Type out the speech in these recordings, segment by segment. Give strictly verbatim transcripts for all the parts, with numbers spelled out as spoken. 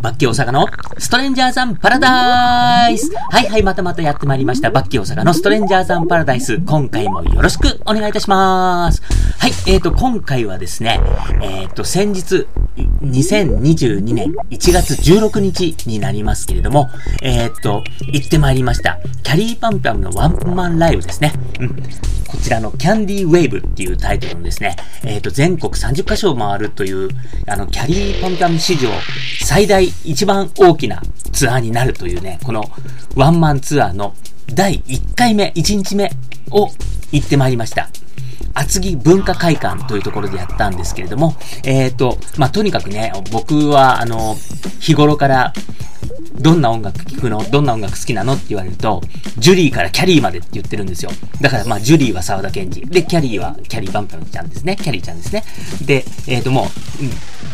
バッキー大阪のストレンジャーザンパラダイス。はいはい、またまたやってまいりました。バッキー大阪のストレンジャーザンパラダイス。今回もよろしくお願いいたします。はい、えーと、今回はですね、えーと、先日、にせんにじゅうにねんいちがつじゅうろくにちになりますけれども、えーと、行ってまいりました。キャリーパンパンのワンマンライブですね。うん。こちらのキャンディーウェーブっていうタイトルのですね、えーと、全国さんじゅっかしょを回るという、あの、キャリーパンパン史上最大一番大きなツアーになるというね、このワンマンツアーのだいいっかいめ、いちにちめを行ってまいりました。厚木文化会館というところでやったんですけれども、えーと、まあ、とにかくね、僕はあの、日頃からどんな音楽聴くの？どんな音楽好きなのって言われると、ジュリーからキャリーまでって言ってるんですよ。だからまあ、ジュリーは沢田研二。で、キャリーはキャリーパンパンちゃんですね。キャリーちゃんですね。で、えーともう、うん、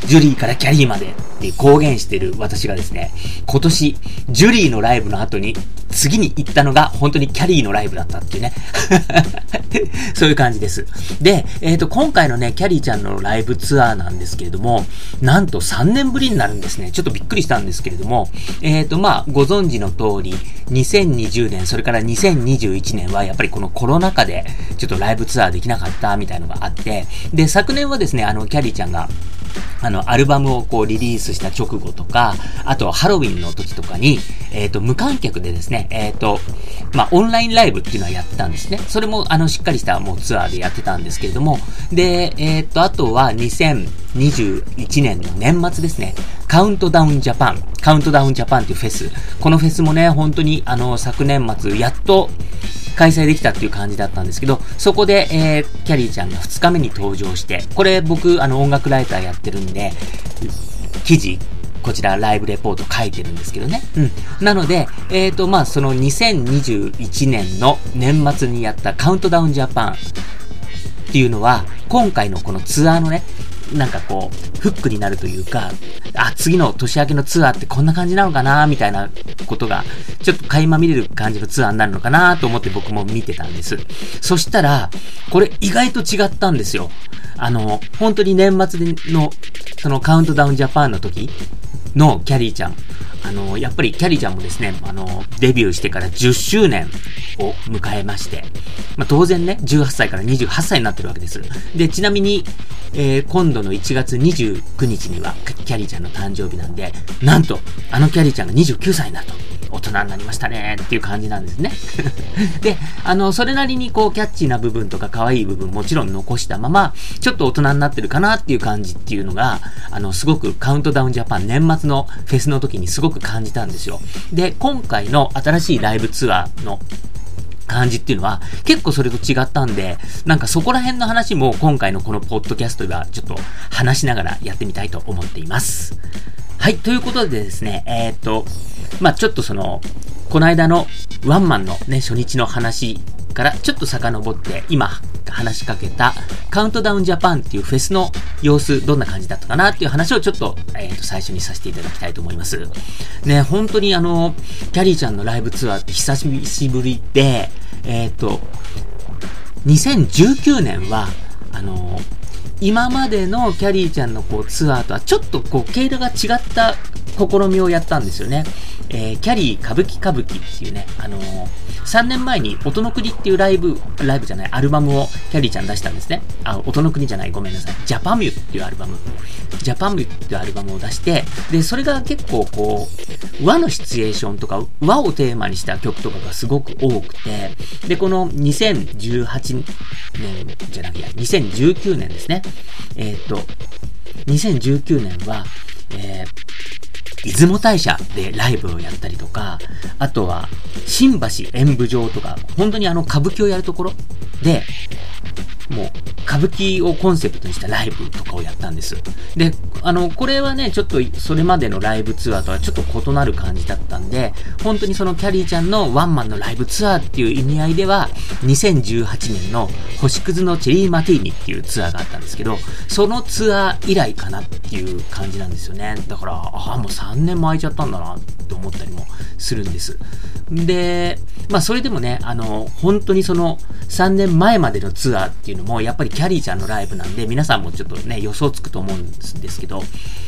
ジュリーからキャリーまでって公言してる私がですね、今年、ジュリーのライブの後に、次に行ったのが本当にキャリーのライブだったっていうね。そういう感じです。で、えっと、今回のね、キャリーちゃんのライブツアーなんですけれども、なんとさんねんぶりになるんですね。ちょっとびっくりしたんですけれども、えっと、まあ、ご存知の通り、にせんにじゅうねん、それからにせんにじゅういちねんはやっぱりこのコロナ禍でちょっとライブツアーできなかったみたいのがあって、で、昨年はですね、あの、キャリーちゃんが、あの、アルバムをこうリリースした直後とか、あとハロウィンの時とかに、えっと、無観客でですね、えっと、まあ、オンラインライブっていうのはやってたんですね。それも、あの、しっかりしたもうツアーでやってたんですけれども、で、えっと、あとはにせんにじゅういちねんの年末ですね、カウントダウンジャパン、カウントダウンジャパンっていうフェス。このフェスもね、本当に、あの、昨年末、やっと、開催できたっていう感じだったんですけど、そこで、えー、キャリーちゃんがふつかめに登場して、これ僕、あの、音楽ライターやってるんで、記事、こちらライブレポート書いてるんですけどね。うん。なので、えっと、まあ、そのにせんにじゅういちねんの年末にやったカウントダウンジャパンっていうのは、今回のこのツアーのね、なんかこう、フックになるというか、あ、次の年明けのツアーってこんな感じなのかなみたいなことが、ちょっと垣間見れる感じのツアーになるのかなと思って僕も見てたんです。そしたら、これ意外と違ったんですよ。あの、本当に年末の、そのカウントダウンジャパンの時のキャリーちゃん。あの、やっぱりキャリーちゃんもですね、あの、デビューしてからじゅっしゅうねんを迎えまして、まあ、当然ね、じゅうはっさいからにじゅうはっさいになってるわけです。で、ちなみに、えー、今度のいちがつにじゅうくにちにはキャリーちゃんの誕生日なんで、なんと、あのキャリーちゃんがにじゅうきゅうさいになると。大人になりましたねっていう感じなんですね。で、あの、それなりにこう、キャッチーな部分とか可愛い部分もちろん残したまま、ちょっと大人になってるかなっていう感じっていうのが、あの、すごくカウントダウンジャパン年末のフェスの時にすごく感じたんですよ。で、今回の新しいライブツアーの感じっていうのは結構それと違ったんで、なんかそこら辺の話も今回のこのポッドキャストではちょっと話しながらやってみたいと思っています。はい、ということでですね、えーっと、まあちょっとその、この間のワンマンのね、初日の話からちょっと遡って、今話しかけたカウントダウンジャパンっていうフェスの様子、どんな感じだったかなっていう話をちょっと、えーっと、最初にさせていただきたいと思います。ね、本当にあの、キャリーちゃんのライブツアーって久しぶりで、えーっと、にせんじゅうきゅうねんは、あの、今までのキャリーちゃんのこうツアーとはちょっとこう毛色が違った試みをやったんですよね。えー、キャリー歌舞伎歌舞伎っていうね、あのー、さんねんまえに音の国っていうライブ、ライブじゃない、アルバムをキャリーちゃん出したんですね。あ、音の国じゃない、ごめんなさい。ジャパミュっていうアルバム。ジャパミュっていうアルバムを出して、で、それが結構こう、和のシチュエーションとか、和をテーマにした曲とかがすごく多くて、で、このにせんじゅうはちねんじゃなくて、にせんじゅうきゅうねんですね。えっと、にせんじゅうきゅうねんは、えー、出雲大社でライブをやったりとか、あとは新橋演舞場とか、本当にあの歌舞伎をやるところで、もう歌舞伎をコンセプトにしたライブとかをやったんです。で、あの、これはね、ちょっとそれまでのライブツアーとはちょっと異なる感じだったんで、本当にそのキャリーちゃんのワンマンのライブツアーっていう意味合いでは、にせんじゅうはちねんの星屑のチェリーマティーニっていうツアーがあったんですけど、そのツアー以来かなっていう感じなんですよね。だから、ああ、もうさんねんも空いちゃったんだなって思ったりもするんです。で、まあそれでもね、あの、本当にそのさんねんまえまでのツアーっていうのも、やっぱりキャリーちゃんのライブなんで、皆さんもちょっとね、予想つくと思うんですけど、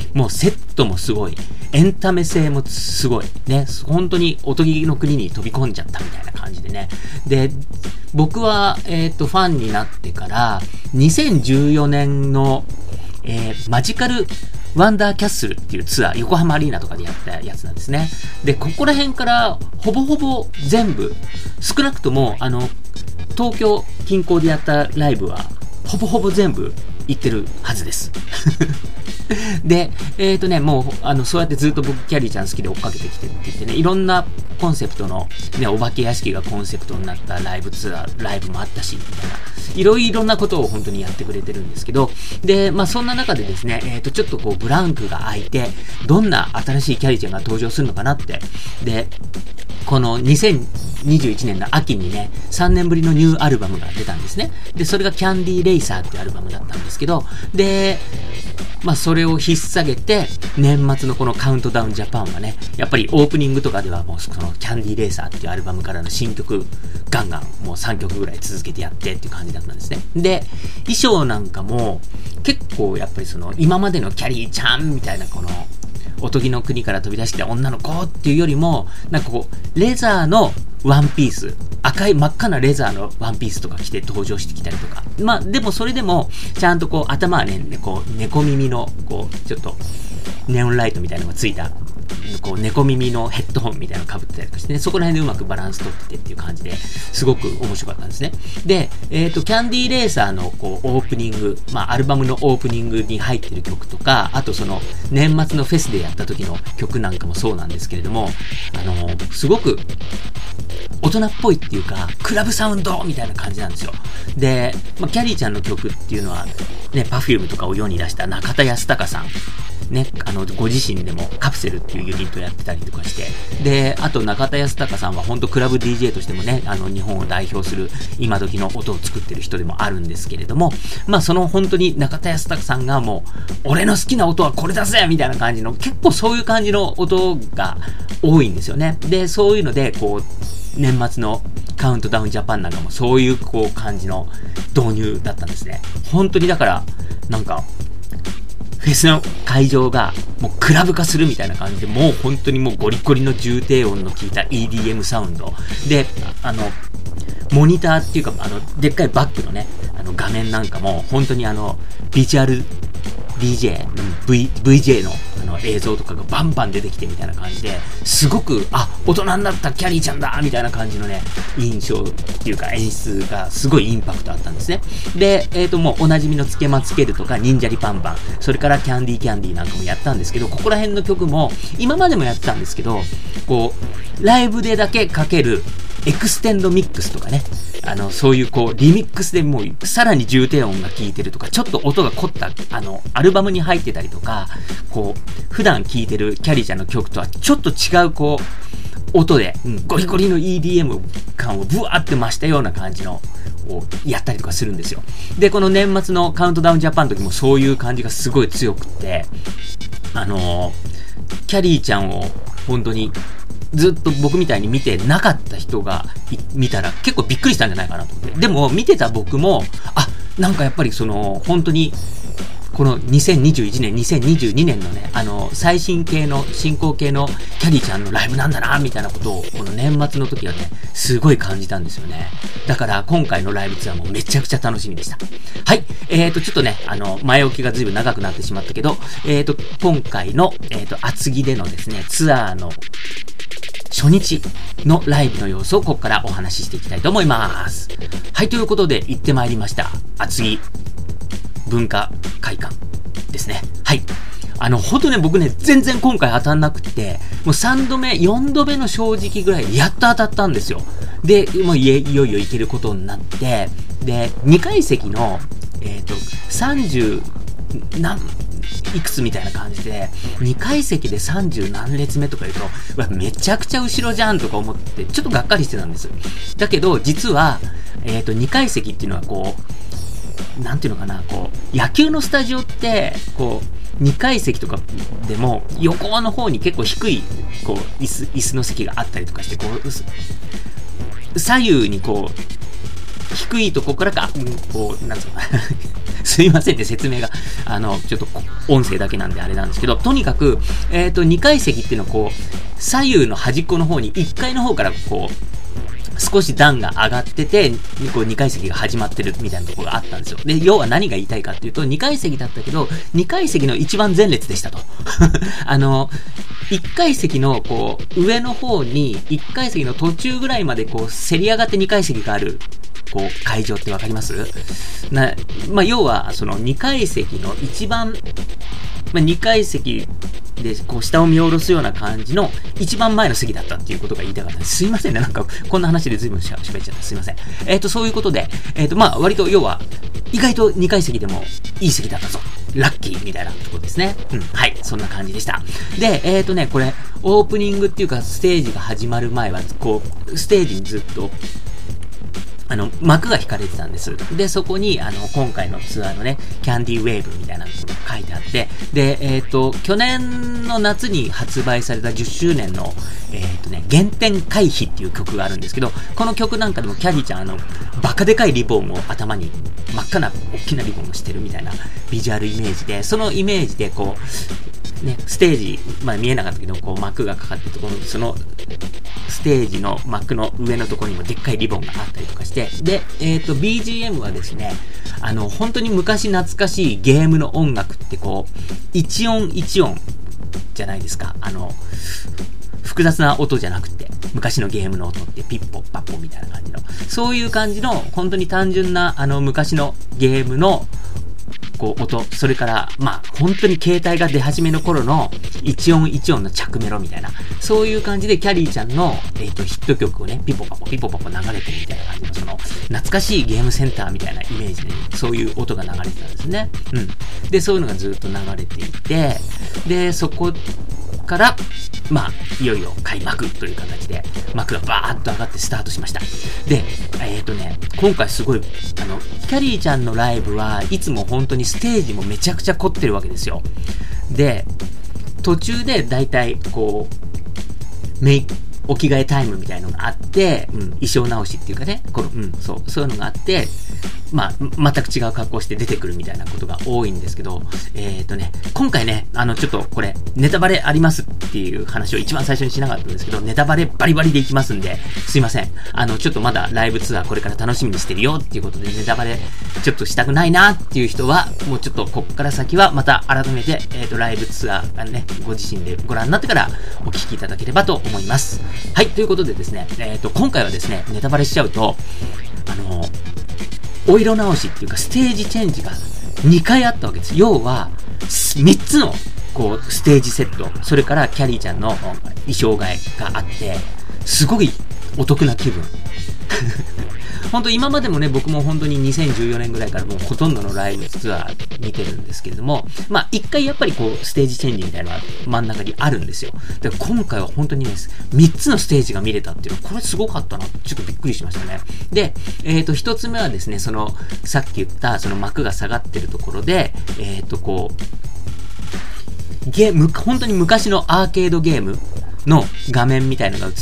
もうセットもすごい。エンタメ性もすごい。ね。本当におとぎの国に飛び込んじゃったみたいな感じでね。で、僕は、えっと、ファンになってから、にせんじゅうよねんの、えー、マジカルワンダーキャッスルっていうツアー、横浜アリーナとかでやったやつなんですね。で、ここら辺からほぼほぼ全部、少なくとも、あの、東京近郊でやったライブは、ほぼほぼ全部行ってるはずです。で、えっとね、もう、あの、そうやってずっと僕、キャリーちゃん好きで追っかけてきてって言ってね、いろんなコンセプトの、ね、お化け屋敷がコンセプトになったライブツアー、ライブもあったし、みたいな、いろいろなことを本当にやってくれてるんですけど、で、まあ、そんな中でですね、えっと、ちょっとこう、ブランクが空いて、どんな新しいキャリーちゃんが登場するのかなって、で、このにせんにじゅういちねんの秋にね、さんねんぶりのニューアルバムが出たんですね。で、それがキャンディーレイサーっていうアルバムだったんですけど、で、まあそれを引っ提げて、年末のこのカウントダウンジャパンはね、やっぱりオープニングとかではもうそのキャンディーレイサーっていうアルバムからの新曲、ガンガンもうさんきょくぐらい続けてやってっていう感じだったんですね。で、衣装なんかも結構やっぱりその今までのキャリーちゃんみたいなこの、おとぎの国から飛び出してきた女の子っていうよりも、なんかこう、レザーのワンピース、赤い真っ赤なレザーのワンピースとか着て登場してきたりとか。まあ、でもそれでも、ちゃんとこう、頭はね、こう、猫耳の、こう、ちょっと、ネオンライトみたいなのがついた、こう、猫耳のヘッドホンみたいなのを被ってたりとかしてね、そこら辺でうまくバランス取っててっていう感じで、すごく面白かったんですね。で、えっと、キャンディーレーサーの、こう、オープニング、まあ、アルバムのオープニングに入ってる曲とか、あとその、年末のフェスでやった時の曲なんかもそうなんですけれども、あの、すごく、大人っぽいっていうか、クラブサウンドみたいな感じなんですよ。で、まあ、キャリーちゃんの曲っていうのは、ね、パフュームとかを世に出した中田康隆さん、ね、あの、ご自身でもカプセルっていうユニットやってたりとかして、で、あと中田康隆さんは本当クラブ ディージェー としてもね、あの、日本を代表する今時の音を作ってる人でもあるんですけれども、まあ、その本当に中田康隆さんがもう、俺の好きな音はこれだぜみたいな感じの、結構そういう感じの音が多いんですよね。で、そういうので、こう、年末のカウントダウンジャパンなんかもそういうこう感じの導入だったんですね。本当にだから、なんか、フェスの会場がもうクラブ化するみたいな感じで、もう本当にもうゴリゴリの重低音の効いた イーディーエム サウンドで、あのモニターっていうか、あのでっかいバックのね、あの画面なんかも本当にあのビジュアル ディージェー、v、ブイジェー の, あの映像とかがバンバン出てきてみたいな感じで、すごく、あ、大人になったキャリーちゃんだみたいな感じのね、印象っていうか演出がすごいインパクトあったんですね。で、えっともうおなじみのつけまつけるとか、忍者リパンパン、それからキャンディーキャンディーなんかもやったんですけど、ここら辺の曲も今までもやってたんですけど、こう、ライブでだけかけるエクステンドミックスとかね、あの、そういうこう、リミックスでもう、さらに重低音が効いてるとか、ちょっと音が凝った、あの、アルバムに入ってたりとか、こう、普段聴いてるキャリーちゃんの曲とはちょっと違う、こう、音で、うん、ゴリゴリの イーディーエム 感をブワーって増したような感じの、をやったりとかするんですよ。で、この年末のカウントダウンジャパンの時もそういう感じがすごい強くって、あのー、キャリーちゃんを本当に、ずっと僕みたいに見てなかった人が見たら結構びっくりしたんじゃないかなと思って。でも見てた僕も、あ、なんかやっぱりその本当にこのにせんにじゅういちねん、にせんにじゅうにねんのね、あの最新系の進行形のキャリーちゃんのライブなんだなみたいなことをこの年末の時はね、すごい感じたんですよね。だから今回のライブツアーもめちゃくちゃ楽しみでした。はい、えーとちょっとね、あの前置きがずいぶん長くなってしまったけど、えーと今回のえーと厚木でのですねツアーの初日のライブの様子をここからお話ししていきたいと思います。はい、ということで行ってまいりました。厚木文化会館ですね。はい。あの、ほんとね、僕ね、全然今回当たんなくて、もうさんどめ、よんどめの正直ぐらいでやっと当たったんですよ。で、もういよいよ行けることになって、で、にかい席の、えっと、さんじゅう、なん、いくつみたいな感じで、にかい席でさんじゅう何列目とか言うと、うわ、めちゃくちゃ後ろじゃんとか思って、ちょっとがっかりしてたんです。だけど、実は、えっと、にかい席っていうのはこう、なんていうのかな、こう、野球のスタジオって、こう、にかい席とかでも、横の方に結構低い、こう、椅子、椅子の席があったりとかして、こう、左右にこう、低いとこからか、こう、なんつうのすいませんって説明が、あの、ちょっと音声だけなんであれなんですけど、とにかく、えっと、にかい席っていうのはこう、左右の端っこの方にいっかいの方からこう、少し段が上がってて、こうにかい席が始まってるみたいなところがあったんですよ。で、要は何が言いたいかっていうと、にかい席だったけど、にかい席の一番前列でしたと。あの、いっかい席のこう、上の方に、いっかい席の途中ぐらいまでこう、せり上がってにかい席がある、こう、会場ってわかりますな、まあ、要は、そのにかい席の一番、まあ、にかい席で、こう、下を見下ろすような感じの、一番前の席だったっていうことが言いたかったです。すいませんね。なんか、こんな話で随分しゃべっちゃった。すいません。えっと、そういうことで、えっと、まあ、割と、要は、意外とにかい席でもいい席だったぞ。ラッキーみたいなところですね。うん。はい。そんな感じでした。で、えっとね、これ、オープニングっていうか、ステージが始まる前は、こう、ステージにずっと、あの、幕が引かれてたんです。で、そこに、あの、今回のツアーのね、キャンディーウェーブみたいなのが書いてあって、で、えっと、去年の夏に発売されたじゅっしゅうねんの、えっとね、原点回避っていう曲があるんですけど、この曲なんかでもキャディちゃん、あの、バカでかいリボンを頭に、真っ赤な大きなリボンをしてるみたいなビジュアルイメージで、そのイメージで、こう、ね、ステージ、まあ見えなかったけど、こう幕がかかってて、この、その、ステージの幕の上のところにもでっかいリボンがあったりとかして、で、えっと、ビージーエム はですね、あの、本当に昔懐かしいゲームの音楽ってこう、一音一音じゃないですか。あの、複雑な音じゃなくて、昔のゲームの音ってピッポッパッポみたいな感じの、そういう感じの、本当に単純な、あの、昔のゲームの、こう音、それからまあ本当に携帯が出始めの頃の一音一音の着メロみたいな、そういう感じでキャリーちゃんのえっとヒット曲をね、ピポパポピポパポ流れてるみたいな感じの、その懐かしいゲームセンターみたいなイメージで、そういう音が流れてたんですね。うん。で、そういうのがずっと流れていて、で、そこからまあいよいよ開幕という形で幕がバーッと上がってスタートしました。で、えっとね、今回すごいあのキャリーちゃんのライブはいつも本当にステージもめちゃくちゃ凝ってるわけですよ。で、途中でだいたいこうメイクお着替えタイムみたいのがあって、うん、衣装直しっていうかね、この、うん、そう、そういうのがあって、まあ、全く違う格好して出てくるみたいなことが多いんですけど、えっとね、今回ね、あの、ちょっとこれ、ネタバレありますっていう話を一番最初にしなかったんですけど、ネタバレバリバリでいきますんで、すいません。あの、ちょっとまだライブツアーこれから楽しみにしてるよっていうことで、ネタバレちょっとしたくないなっていう人は、もうちょっとこっから先はまた改めて、えっと、ライブツアーがね、ご自身でご覧になってからお聞きいただければと思います。はい、ということでですね、えっと、今回はですね、ネタバレしちゃうと、あの、お色直しっていうかステージチェンジがにかいあったわけです。要はみっつのこうステージセット、それからキャリーちゃんの衣装替えがあって、すごいお得な気分。本当今までもね、僕も本当ににせんじゅうよねんぐらいからもうほとんどのライブツアー見てるんですけれども、まあ一回やっぱりこうステージチェンジみたいなのが真ん中にあるんですよ。で、今回は本当にね、みっつのステージが見れたっていうのは、これすごかったな。ちょっとびっくりしましたね。で、えっと、一つ目はですね、その、さっき言ったその幕が下がってるところで、えっと、こう、ゲーム、本当に昔のアーケードゲームの画面みたいなのが映って、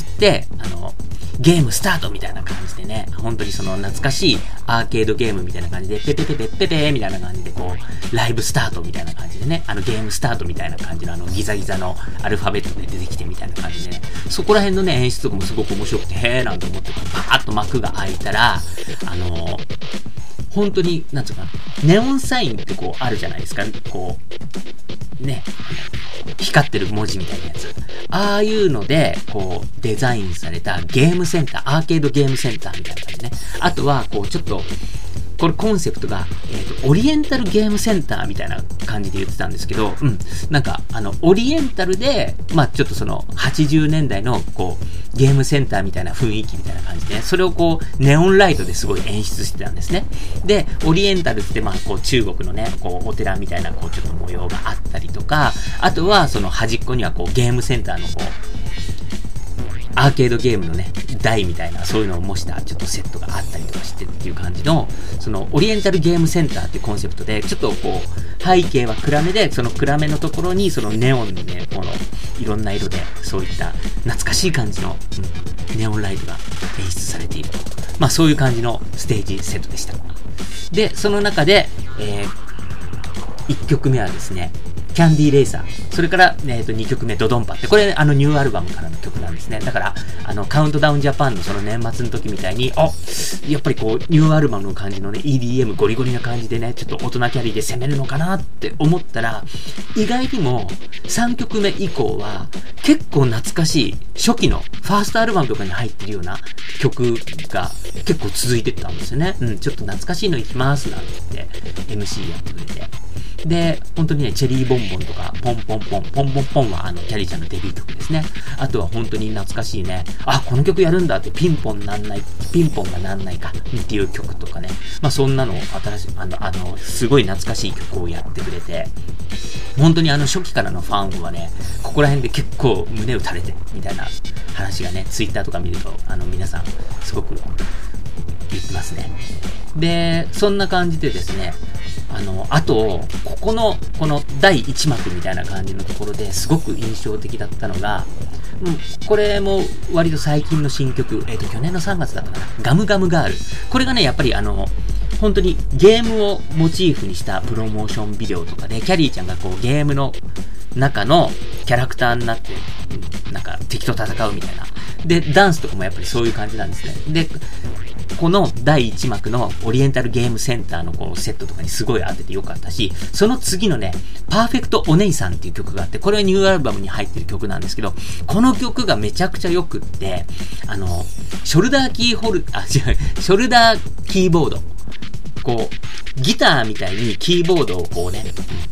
あの、ゲームスタートみたいな感じでね、本当にその懐かしいアーケードゲームみたいな感じで、ペペペペペペみたいな感じでこう、ライブスタートみたいな感じでね、あのゲームスタートみたいな感じのあのギザギザのアルファベットで出てきてみたいな感じでね、そこら辺のね、演出とかもすごく面白くて、へーなんて思って、パーッと幕が開いたら、あのー、本当に、なんつうかな、ネオンサインってこうあるじゃないですか、こう、ね、光ってる文字みたいなやつ。ああいうので、こう、デザインされたゲームセンター、アーケードゲームセンターみたいな感じね。あとは、こう、ちょっと、これコンセプトが、えっと、オリエンタルゲームセンターみたいな感じで言ってたんですけど、うん。なんか、あの、オリエンタルで、まあちょっとその、はちじゅうねんだいの、こう、ゲームセンターみたいな雰囲気みたいな感じで、それをこう、ネオンライトですごい演出してたんですね。で、オリエンタルって、まあこう、中国のね、こう、お寺みたいな、こう、ちょっと模様があったりとか、あとは、その端っこには、こう、ゲームセンターの、こう、アーケードゲームのね、台みたいな、そういうのを模したちょっとセットがあったりとかしてっていう感じの、そのオリエンタルゲームセンターっていうコンセプトで、ちょっとこう、背景は暗めで、その暗めのところに、そのネオンのね、この、いろんな色で、そういった懐かしい感じの、うん、ネオンライトが演出されていると。まあそういう感じのステージセットでした。で、その中で、 えー、いっきょくめはですね、キャンディーレイサー。それから、えっと、にきょくめ、ドドンパって。これ、あの、ニューアルバムからの曲なんですね。だから、あの、カウントダウンジャパンのその年末の時みたいに、あ、やっぱりこう、ニューアルバムの感じのね、イーディーエム ゴリゴリな感じでね、ちょっと大人キャリーで攻めるのかなって思ったら、意外にも、さんきょくめ以降は、結構懐かしい、初期の、ファーストアルバムとかに入ってるような曲が結構続いてったんですよね。うん、ちょっと懐かしいのいきます、なんて言って、エムシー やってくれて。で、本当にね、チェリーボンボンとか、ポンポンポン、ポンポンポンはあの、キャリーちゃんのデビュー曲ですね。あとは本当に懐かしいね、あ、この曲やるんだって、ピンポンなんない、ピンポンがなんないかっていう曲とかね。まあそんなのを新しい、あの、あの、すごい懐かしい曲をやってくれて、本当にあの初期からのファンはね、ここら辺で結構胸打たれて、みたいな話がね、ツイッターとか見ると、あの、皆さん、すごく言ってますね。で、そんな感じでですね、あの、あと、ここの、このだいいち幕みたいな感じのところですごく印象的だったのが、うん、これも割と最近の新曲、えっと、去年のさんがつだったかな、ガムガムガール。これがね、やっぱりあの、本当にゲームをモチーフにしたプロモーションビデオとかで、キャリーちゃんがこうゲームの中のキャラクターになって、なんか敵と戦うみたいな。で、ダンスとかもやっぱりそういう感じなんですね。で、このだいいち幕のオリエンタルゲームセンターのこうセットとかにすごい当ててよかったし、その次のね、パーフェクトお姉さんっていう曲があって、これはニューアルバムに入ってる曲なんですけど、この曲がめちゃくちゃよくって、あの、ショルダーキーホル、あ、違う、ショルダーキーボード。こう、ギターみたいにキーボードをこうね、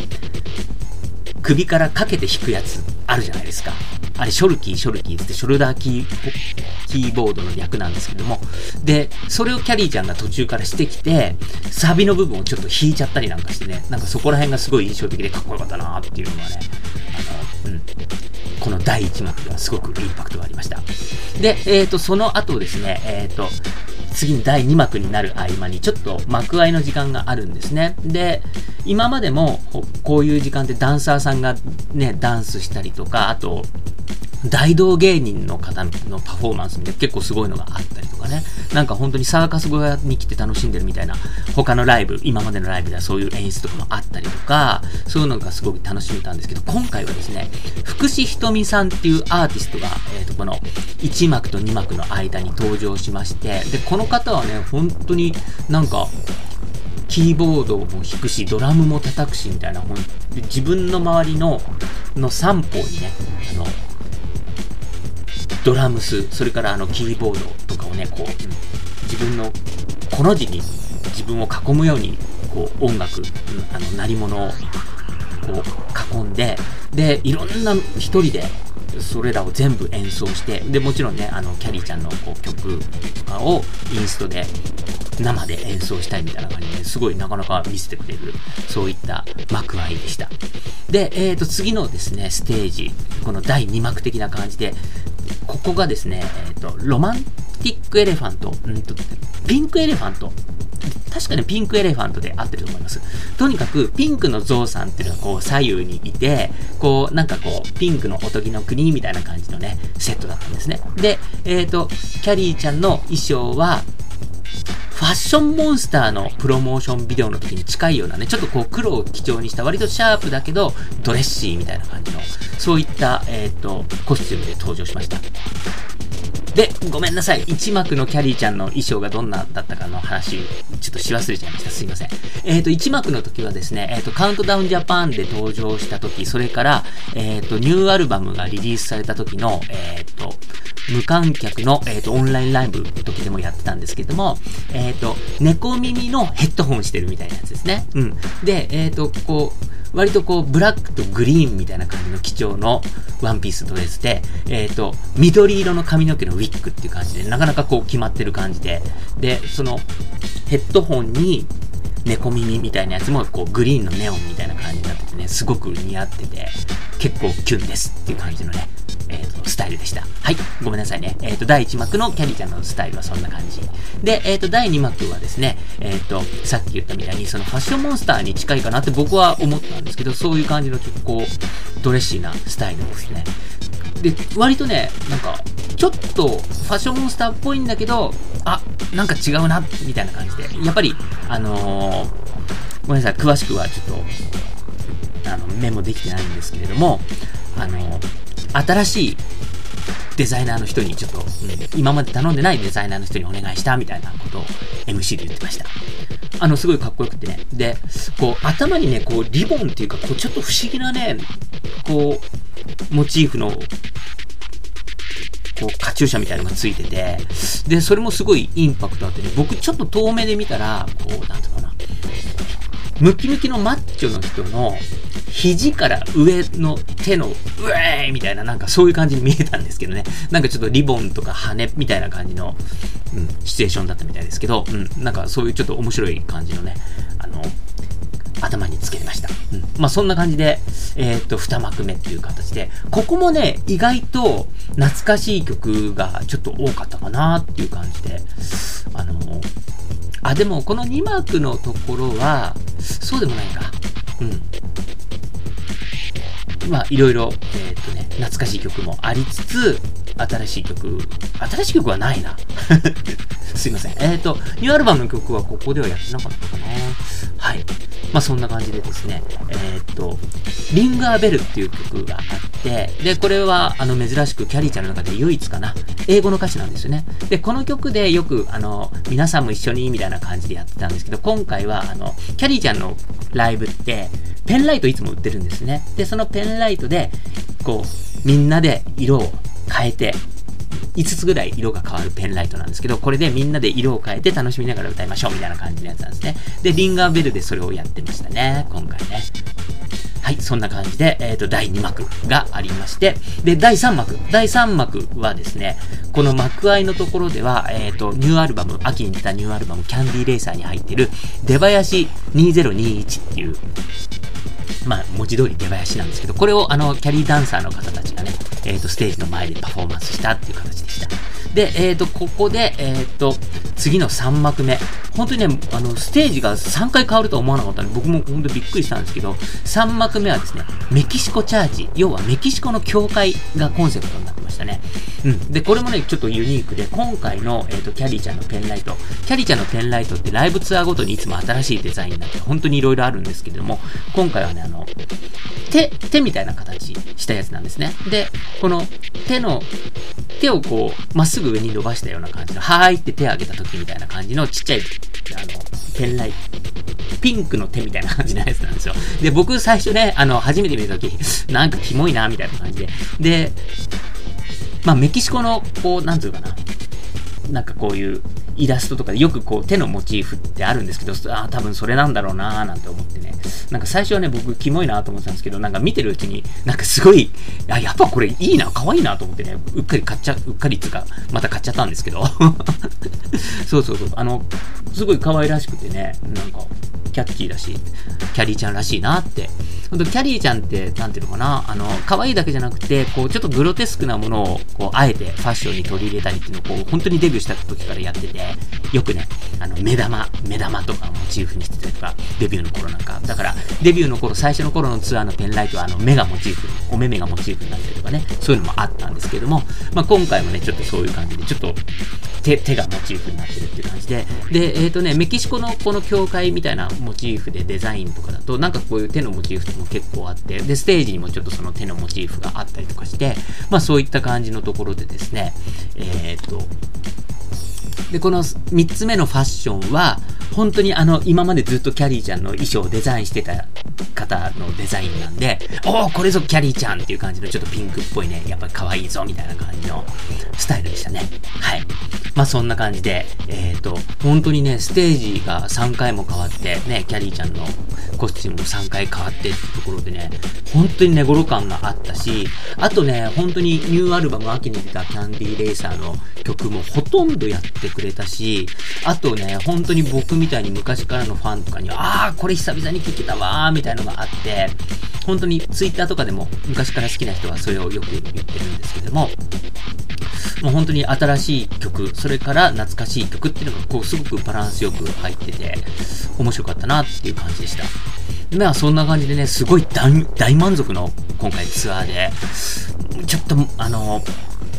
首からかけて弾くやつあるじゃないですか。あれ、ショルキー、ショルキーってショルダーキー、キーボードの略なんですけども。で、それをキャリーちゃんが途中からしてきて、サビの部分をちょっと弾いちゃったりなんかしてね、なんかそこら辺がすごい印象的でかっこよかったなーっていうのはね、あの、うん。このだいいち幕ではすごくインパクトがありました。で、えっと、その後ですね、えっと、次にだいに幕になる合間にちょっと幕合いの時間があるんですね。で、今までもこういう時間でダンサーさんがね、ダンスしたりとか、あと、大道芸人の方のパフォーマンスで結構すごいのがあったりとかね。なんか本当にサーカス小屋に来て楽しんでるみたいな、他のライブ、今までのライブではそういう演出とかもあったりとか、そういうのがすごく楽しめたんですけど、今回はですね、福士ひとみさんっていうアーティストが、えっと、このいち幕とに幕の間に登場しまして、で、この方はね、本当になんか、キーボードも弾くし、ドラムも叩くし、みたいな、自分の周りの、の三方にね、あの、ドラムス、それからあのキーボードとかをね、こう、自分のこの字に自分を囲むように、こう、音楽、あの、鳴り物を、こう、囲んで、で、いろんな一人で、それらを全部演奏して、で、もちろんね、あの、キャリーちゃんのこう曲とかをインストで、生で演奏したいみたいな感じで、ね、すごいなかなか見せてくれる、そういった幕合いでした。で、えっと、次のですね、ステージ、このだいに幕的な感じで、ここがですね、えっと、ロマンティックエレファント、んと、ピンクエレファント、確かにピンクエレファントで合ってると思います。とにかく、ピンクのゾウさんっていうのがこう左右にいて、こう、なんかこう、ピンクのおとぎの国みたいな感じのね、セットだったんですね。で、えっと、キャリーちゃんの衣装は、ファッションモンスターのプロモーションビデオの時に近いようなね、ちょっとこう黒を基調にした割とシャープだけどドレッシーみたいな感じの、そういった、えっと、コスチュームで登場しました。で、ごめんなさい。いち幕のキャリーちゃんの衣装がどんなだったかの話、ちょっとし忘れちゃいました。すいません。えっと、いち幕の時はですね、えっと、カウントダウンジャパンで登場した時、それから、えっと、ニューアルバムがリリースされた時の、えっと、無観客の、えっと、オンラインライブの時でもやってたんですけども、えっと、猫耳のヘッドホンしてるみたいなやつですね。うん。で、えっと、こう、割とこう、ブラックとグリーンみたいな感じの基調のワンピースドレスで、えっと、緑色の髪の毛のウィッグっていう感じで、なかなかこう決まってる感じで、で、その、ヘッドホンに猫耳みたいなやつも、こう、グリーンのネオンみたいな感じになっててね、すごく似合ってて、結構キュンですっていう感じのね、えっと、スタイルでした。はい。ごめんなさいね。えっと、だいいち幕のキャリーちゃんのスタイルはそんな感じ。で、えっと、だいに幕はですね、えっと、さっき言ったみたいに、そのファッションモンスターに近いかなって僕は思ったんですけど、そういう感じの結構、ドレッシーなスタイルですね。で、割とね、なんか、ちょっとファッションモンスターっぽいんだけど、あ、なんか違うな、みたいな感じで。やっぱり、あのー、 ごめんなさい、詳しくはちょっと、あの、メモできてないんですけれども、あの、新しいデザイナーの人にちょっと、うん、今まで頼んでないデザイナーの人にお願いしたみたいなことを エムシー で言ってました。あの、すごいかっこよくてね。で、こう、頭にね、こう、リボンっていうか、こう、ちょっと不思議なね、こう、モチーフの、こう、カチューシャみたいなのがついてて、で、それもすごいインパクトあってね、僕ちょっと遠目で見たら、こう、なんていうのかな、ムキムキのマッチョの人の肘から上の手のうえーみたいな、なんかそういう感じに見えたんですけどね。なんかちょっとリボンとか羽みたいな感じの、うん、シチュエーションだったみたいですけど、うん、なんかそういうちょっと面白い感じのね、あの、頭につけました。うん、まあそんな感じで、えっと、二幕目っていう形で、ここもね、意外と懐かしい曲がちょっと多かったかなっていう感じで、あの、あ、でもこのに幕のところは、そうでもないか。うん。まあ、いろいろ、えっとね、懐かしい曲もありつつ、新しい曲、新しい曲はないな。すいません。えっと、ニューアルバムの曲はここではやってなかったかな。はい。まあ、そんな感じでですね、えっと、リンガーベルっていう曲があって、で、これは、あの、珍しくキャリーちゃんの中で唯一かな、英語の歌詞なんですよね。で、この曲でよく、あの、皆さんも一緒に、みたいな感じでやってたんですけど、今回は、あの、キャリーちゃんのライブって、ペンライトいつも売ってるんですね。で、そのペンライトで、こう、みんなで色を変えて、いつつぐらい色が変わるペンライトなんですけど、これでみんなで色を変えて楽しみながら歌いましょうみたいな感じのやつなんですね。で、リンガーベルでそれをやってましたね、今回ね。はい、そんな感じで、えっと、だいに幕がありまして、で、だいさん幕。だいさん幕はですね、この幕合いのところでは、えっと、ニューアルバム、秋に出たニューアルバム、キャンディーレーサーに入っている、出囃子にせんにじゅういちっていう、まあ、文字通り出囃子なんですけど、これをあの、キャリーダンサーの方たちがね、えっと、ステージの前でパフォーマンスしたっていう形でした。で、えっと、ここで、えっと、次のさん幕目。本当にね、あの、ステージがさんかい変わるとは思わなかったんで、僕も本当びっくりしたんですけど、さん幕目はですね、メキシコチャーチ、要はメキシコの教会がコンセプトになってましたね。うん。で、これもね、ちょっとユニークで、今回の、えっと、キャリーちゃんのペンライト。キャリーちゃんのペンライトってライブツアーごとにいつも新しいデザインになって、本当にいろいろあるんですけれども、今回はね、あの、手、手みたいな形したやつなんですね。で、この手の、手をこう、まっすぐ上に伸ばしたような感じの、はーいって手を上げた時みたいな感じのちっちゃい、あの、ペンライト。ピンクの手みたいな感じのやつなんですよ。で、僕最初ね、あの、初めて見た時、なんかキモいな、みたいな感じで。で、まあ、メキシコの、こう、なんつうかな。なんかこういうイラストとかでよくこう手のモチーフってあるんですけど、ああ、多分それなんだろうなーなんて思ってね。なんか最初はね、僕キモいなと思ってたんですけど、なんか見てるうちに、なんかすごい、あ、やっぱこれいいな、可愛いなと思ってね、うっかり買っちゃ、うっかりっていうか、また買っちゃったんですけど。そうそうそう。あの、すごい可愛らしくてね、なんか、キャッチーだし、キャリーちゃんらしいなって。ほんと、キャリーちゃんって、なんていうのかな、あの、可愛いだけじゃなくて、こう、ちょっとグロテスクなものを、こう、あえてファッションに取り入れたりっていうのを、こう、本当にデビューした時からやってて、よくね、あの、目玉、目玉とかをモチーフにしてたりとか、デビューの頃なんか。だから、デビューの頃、最初の頃のツアーのペンライトは、あの、目がモチーフ、お目目がモチーフになったりとかね、そういうのもあったんですけれども、まあ、今回もね、ちょっとそういう感じで、ちょっと、手、手がモチーフになってるっていう感じで、で、えっとね、メキシコのこの教会みたいなモチーフでデザインとかだと、なんかこういう手のモチーフとかも結構あって、で、ステージにもちょっとその手のモチーフがあったりとかして、まあそういった感じのところでですね、えっと、で、このみっつめのファッションは、本当にあの、今までずっとキャリーちゃんの衣装をデザインしてた方のデザインなんで、おー、これぞキャリーちゃんっていう感じのちょっとピンクっぽいね、やっぱり可愛いぞみたいな感じのスタイルでしたね。はい。まあそんな感じで、えっと、本当にね、ステージがさんかいも変わって、ね、キャリーちゃんのコスチュームもさんかい変わってっていうところでね、本当に寝頃感があったし、あとね、本当にニューアルバム秋に出たキャンディーレーサーの曲もほとんどやってくれたし、あとね、本当に僕みたいに昔からのファンとかには、あー、これ久々に聴けたわーみたいなのがあって、本当にツイッターとかでも昔から好きな人はそれをよく言ってるんですけども、もう本当に新しい曲、それから懐かしい曲っていうのがこうすごくバランスよく入ってて、面白かったなっていう感じでした。まあそんな感じでね、すごい 大, 大満足の今回ツアーで、ちょっとあの、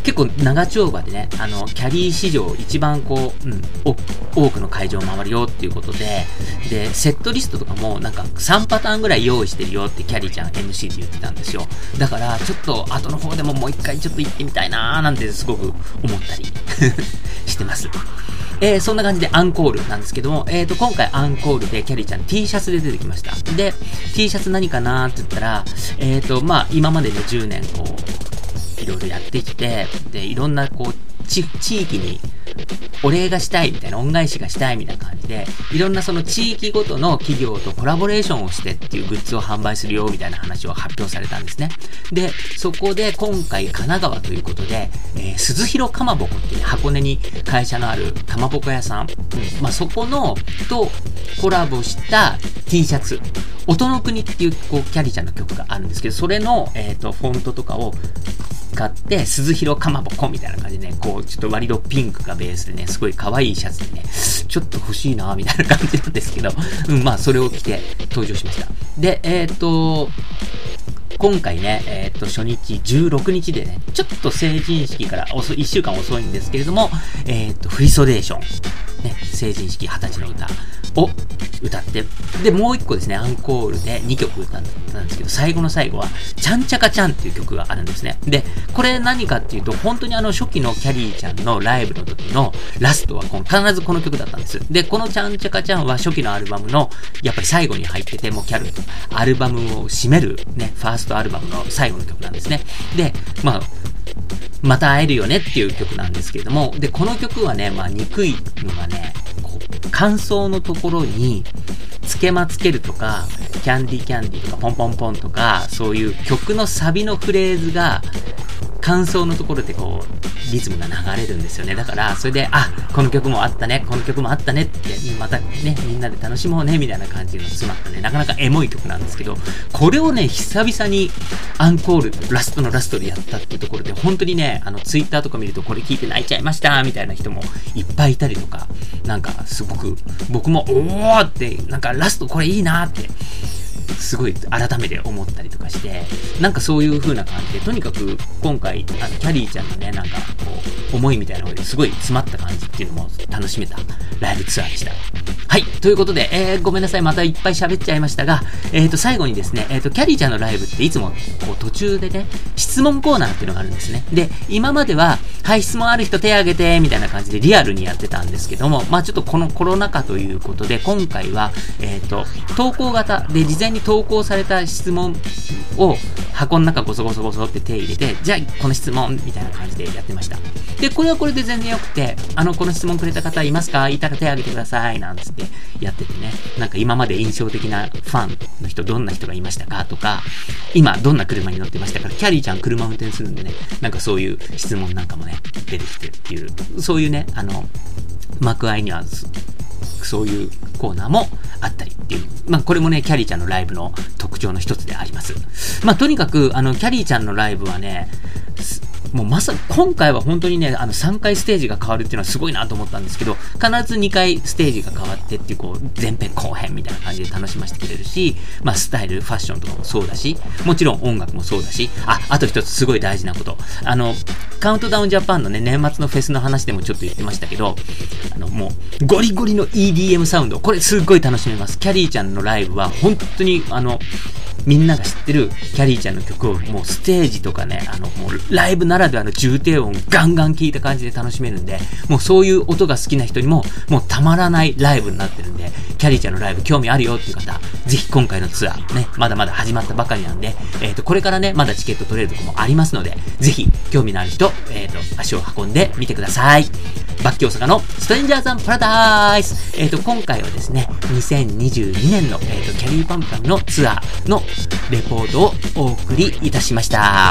結構長丁場でね、あの、キャリー史上一番こう、うん、多くの会場を回るよっていうことで、で、セットリストとかもなんかさんパターンぐらい用意してるよってキャリーちゃん エムシー で言ってたんですよ。だから、ちょっと後の方でももう一回ちょっと行ってみたいなーなんてすごく思ったりしてます。えー、そんな感じでアンコールなんですけども、えーと、今回アンコールでキャリーちゃん T シャツで出てきました。で、T シャツ何かなーって言ったら、えーと、まあ、今までね、じゅうねんこう、いろいろやってきて、で、いろんなこう、ち、地域にお礼がしたいみたいな、恩返しがしたいみたいな感じで、いろんなその地域ごとの企業とコラボレーションをしてっていうグッズを販売するよみたいな話を発表されたんですね。で、そこで今回神奈川ということで、えー、鈴広かまぼこっていう、ね、箱根に会社のあるかまぼこ屋さん、うん、まあ、そこのとコラボした T シャツ、音の国っていうこうキャリーちゃんの曲があるんですけど、それの、えっと、フォントとかを使って、鈴広かまぼこみたいな感じでね、こう、ちょっと割とピンクがベースでね、すごい可愛いシャツでね、ちょっと欲しいなみたいな感じなんですけど、うん、まあ、それを着て登場しました。で、えっと、今回ね、えっと、初日じゅうろくにちでね、ちょっと成人式から遅い、いっしゅうかん遅いんですけれども、えっと、フリソデーション、ね、成人式はたちの歌を歌って、で、もう一個ですね、アンコールでにきょく歌ったんですけど、最後の最後は、ちゃんちゃかちゃんっていう曲があるんですね。で、これ何かっていうと、本当にあの、初期のキャリーちゃんのライブの時のラストはこの、必ずこの曲だったんです。で、このちゃんちゃかちゃんは初期のアルバムの、やっぱり最後に入ってて、もうキャル、アルバムを締めるね、ファーストアルバムの最後の曲なんですね。で、まあ、また会えるよねっていう曲なんですけれども、で、この曲はね、まあ、憎いのがね、こう感想のところに、つけまつけるとか、キャンディーキャンディーとか、ポンポンポンとか、そういう曲のサビのフレーズが、感想のところでこう、リズムが流れるんですよね。だから、それで、あ、この曲もあったね、この曲もあったねって、またね、みんなで楽しもうね、みたいな感じの詰まったね、なかなかエモい曲なんですけど、これをね、久々にアンコール、ラストのラストでやったっていうところで、本当にね、あの、ツイッターとか見ると、これ聞いて泣いちゃいました、みたいな人もいっぱいいたりとか、なんか、すごく、僕も、おーって、なんか、ラストこれいいなーって、すごい改めて思ったりとかして、なんかそういう風な感じで、とにかく今回、あの、キャリーちゃんのね、なんかこう、思いみたいなのですごい詰まった感じっていうのも楽しめたライブツアーでした。はい。ということで、えー、ごめんなさい。またいっぱい喋っちゃいましたが、えっと、最後にですね、えっと、キャリーちゃんのライブっていつも、こう、途中でね、質問コーナーっていうのがあるんですね。で、今までは、はい、質問ある人手挙げて、みたいな感じでリアルにやってたんですけども、まあちょっとこのコロナ禍ということで、今回は、えっと、投稿型で、事前に投稿された質問を箱の中ゴソゴソゴソって手入れて、じゃあこの質問みたいな感じでやってました。で、これはこれで全然良くて、あの、この質問くれた方いますか？いたら手挙げてくださいなんつってやっててね、なんか今まで印象的なファンの人どんな人がいましたかとか、今どんな車に乗ってましたか？キャリーちゃん車運転するんでね、なんかそういう質問なんかもね、出てきてっていう、そういうね、あの、幕間にはそういうコーナーもあったりっていう。まあこれもね、キャリーちゃんのライブの特徴の一つであります。まあとにかく、あの、キャリーちゃんのライブはね、もうまさに今回は本当にね、あのさんかいステージが変わるっていうのはすごいなと思ったんですけど、必ずにかいステージが変わってっていう、こう、前編後編みたいな感じで楽しませてくれるし、まあスタイル、ファッションとかもそうだし、もちろん音楽もそうだし、あ、あと一つすごい大事なこと。あの、カウントダウンジャパンのね、年末のフェスの話でもちょっと言ってましたけど、あの、もう、ゴリゴリの イーディーエム サウンド、これすっごい楽しめます。キャリーちゃんのライブは本当に、あの、みんなが知ってるキャリーちゃんの曲をもうステージとかね、あのもうライブならではの重低音ガンガン聴いた感じで楽しめるんで、もうそういう音が好きな人にももうたまらないライブになってるんで、キャリーちゃんのライブ興味あるよっていう方、ぜひ今回のツアーね、まだまだ始まったばかりなんで、えっと、これからね、まだチケット取れるとこもありますので、ぜひ興味のある人、えっと、足を運んでみてください。バッキー大阪のストレンジャーズ&パラダイス。えっと、今回はですね、にせんにじゅうにねんの、えっと、キャリーパンパンのツアーのレポートをお送りいたしました。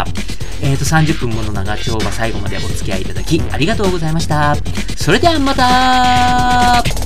えっと、さんじゅっぷんもの長丁場最後までお付き合いいただきありがとうございました。それではまた。